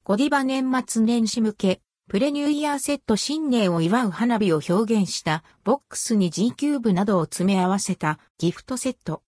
ゴディバ年末年始向け、プレニューイヤーセット新年を祝う花火を表現したボックスに G キューブなどを詰め合わせたギフトセット。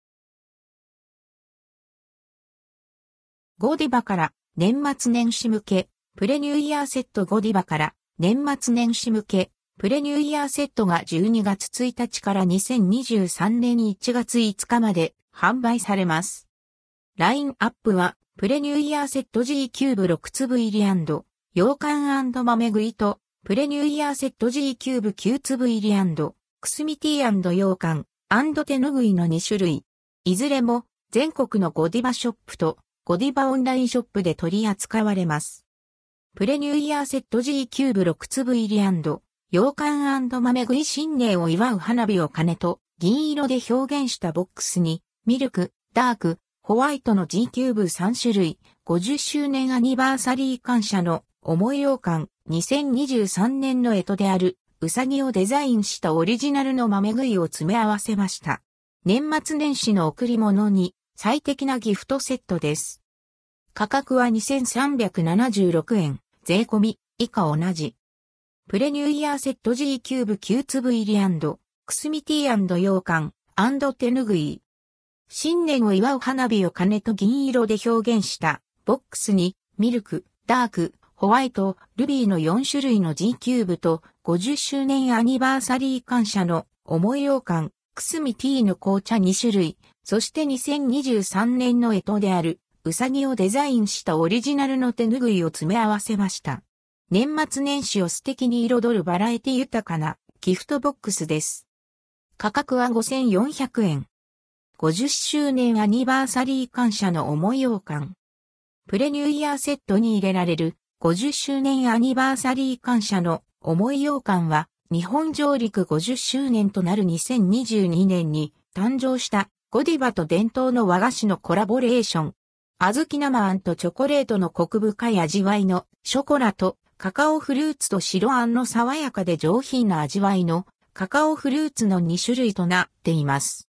ゴディバから年末年始向け、プレニューイヤーセットゴディバから年末年始向け、プレニューイヤーセットが12月1日から2023年1月5日まで販売されます。ラインアップは、プレニューイヤーセット G キューブ6粒入り&羊羹&豆食いと、プレニューイヤーセット G キューブ9粒入り&くすみティー&羊羹&手ぬぐいの2種類。いずれも、全国のゴディバショップと、ゴディバオンラインショップで取り扱われます。プレニューイヤーセット G キューブ6粒入り&羊羹&豆食い新年を祝う花火を金と銀色で表現したボックスに、ミルク、ダーク、ホワイトの G キューブ3種類、50周年アニバーサリー感謝の思い羊羹、2023年の干支である、うさぎをデザインしたオリジナルの豆食いを詰め合わせました。年末年始の贈り物に最適なギフトセットです。価格は2376円、税込み、以下同じ。プレニューイヤーセット G キューブ9粒入り&くすみティー&羊羹&手ぬぐい。新年を祝う花火を金と銀色で表現したボックスにミルク、ダーク、ホワイト、ルビーの4種類の G キューブと50周年アニバーサリー感謝の思い羊羹、くすみティーの紅茶2種類、そして2023年の干支であるうさぎをデザインしたオリジナルの手ぬぐいを詰め合わせました。年末年始を素敵に彩るバラエティ豊かなギフトボックスです。価格は5400円。50周年アニバーサリー感謝の思い羊羹。プレニューイヤーセットに入れられる50周年アニバーサリー感謝の思い羊羹は日本上陸50周年となる2022年に誕生したゴディバと伝統の和菓子のコラボレーション。小豆生あんとチョコレートのコク深い味わいのショコラとカカオフルーツと白あんの爽やかで上品な味わいのカカオフルーツの2種類となっています。